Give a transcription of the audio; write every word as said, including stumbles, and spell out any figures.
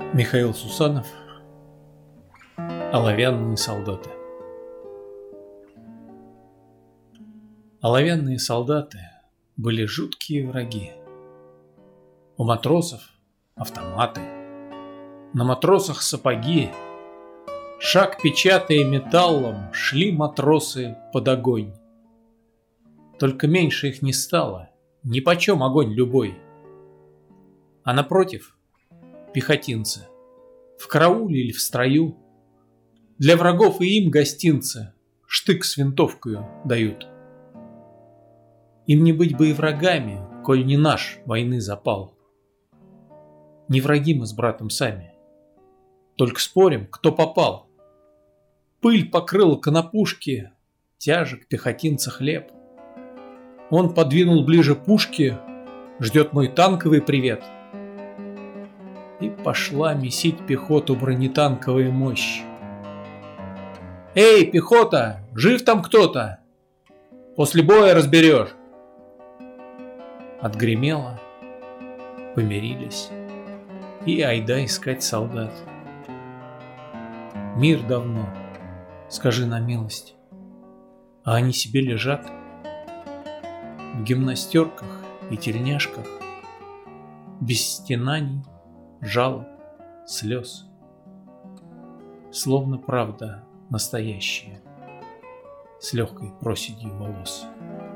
Михаил Сусанов. Оловянные солдаты. Оловянные солдаты были жуткие враги. У матросов автоматы, на матросах сапоги. Шаг печатая металлом, шли матросы под огонь. Только меньше их не стало, нипочем огонь любой. А напротив пехотинцы, в карауле или в строю, для врагов и им гостинцы штык с винтовкою дают. Им не быть бы и врагами, коль не наш войны запал. Не враги мы с братом сами, только спорим, кто попал. Пыль покрыла конопушки, тяжек пехотинца хлеб. Он подвинул ближе пушки, ждет мой танковый привет. И пошла месить пехоту бронетанковая мощь. «Эй, пехота, жив там кто-то? После боя разберешь!» Отгремело, помирились, и айда искать солдат. Мир давно, скажи на милость, а они себе лежат в гимнастерках и тельняшках, без стенаний, жалоб, слез, словно правда настоящая, с легкой проседью волос.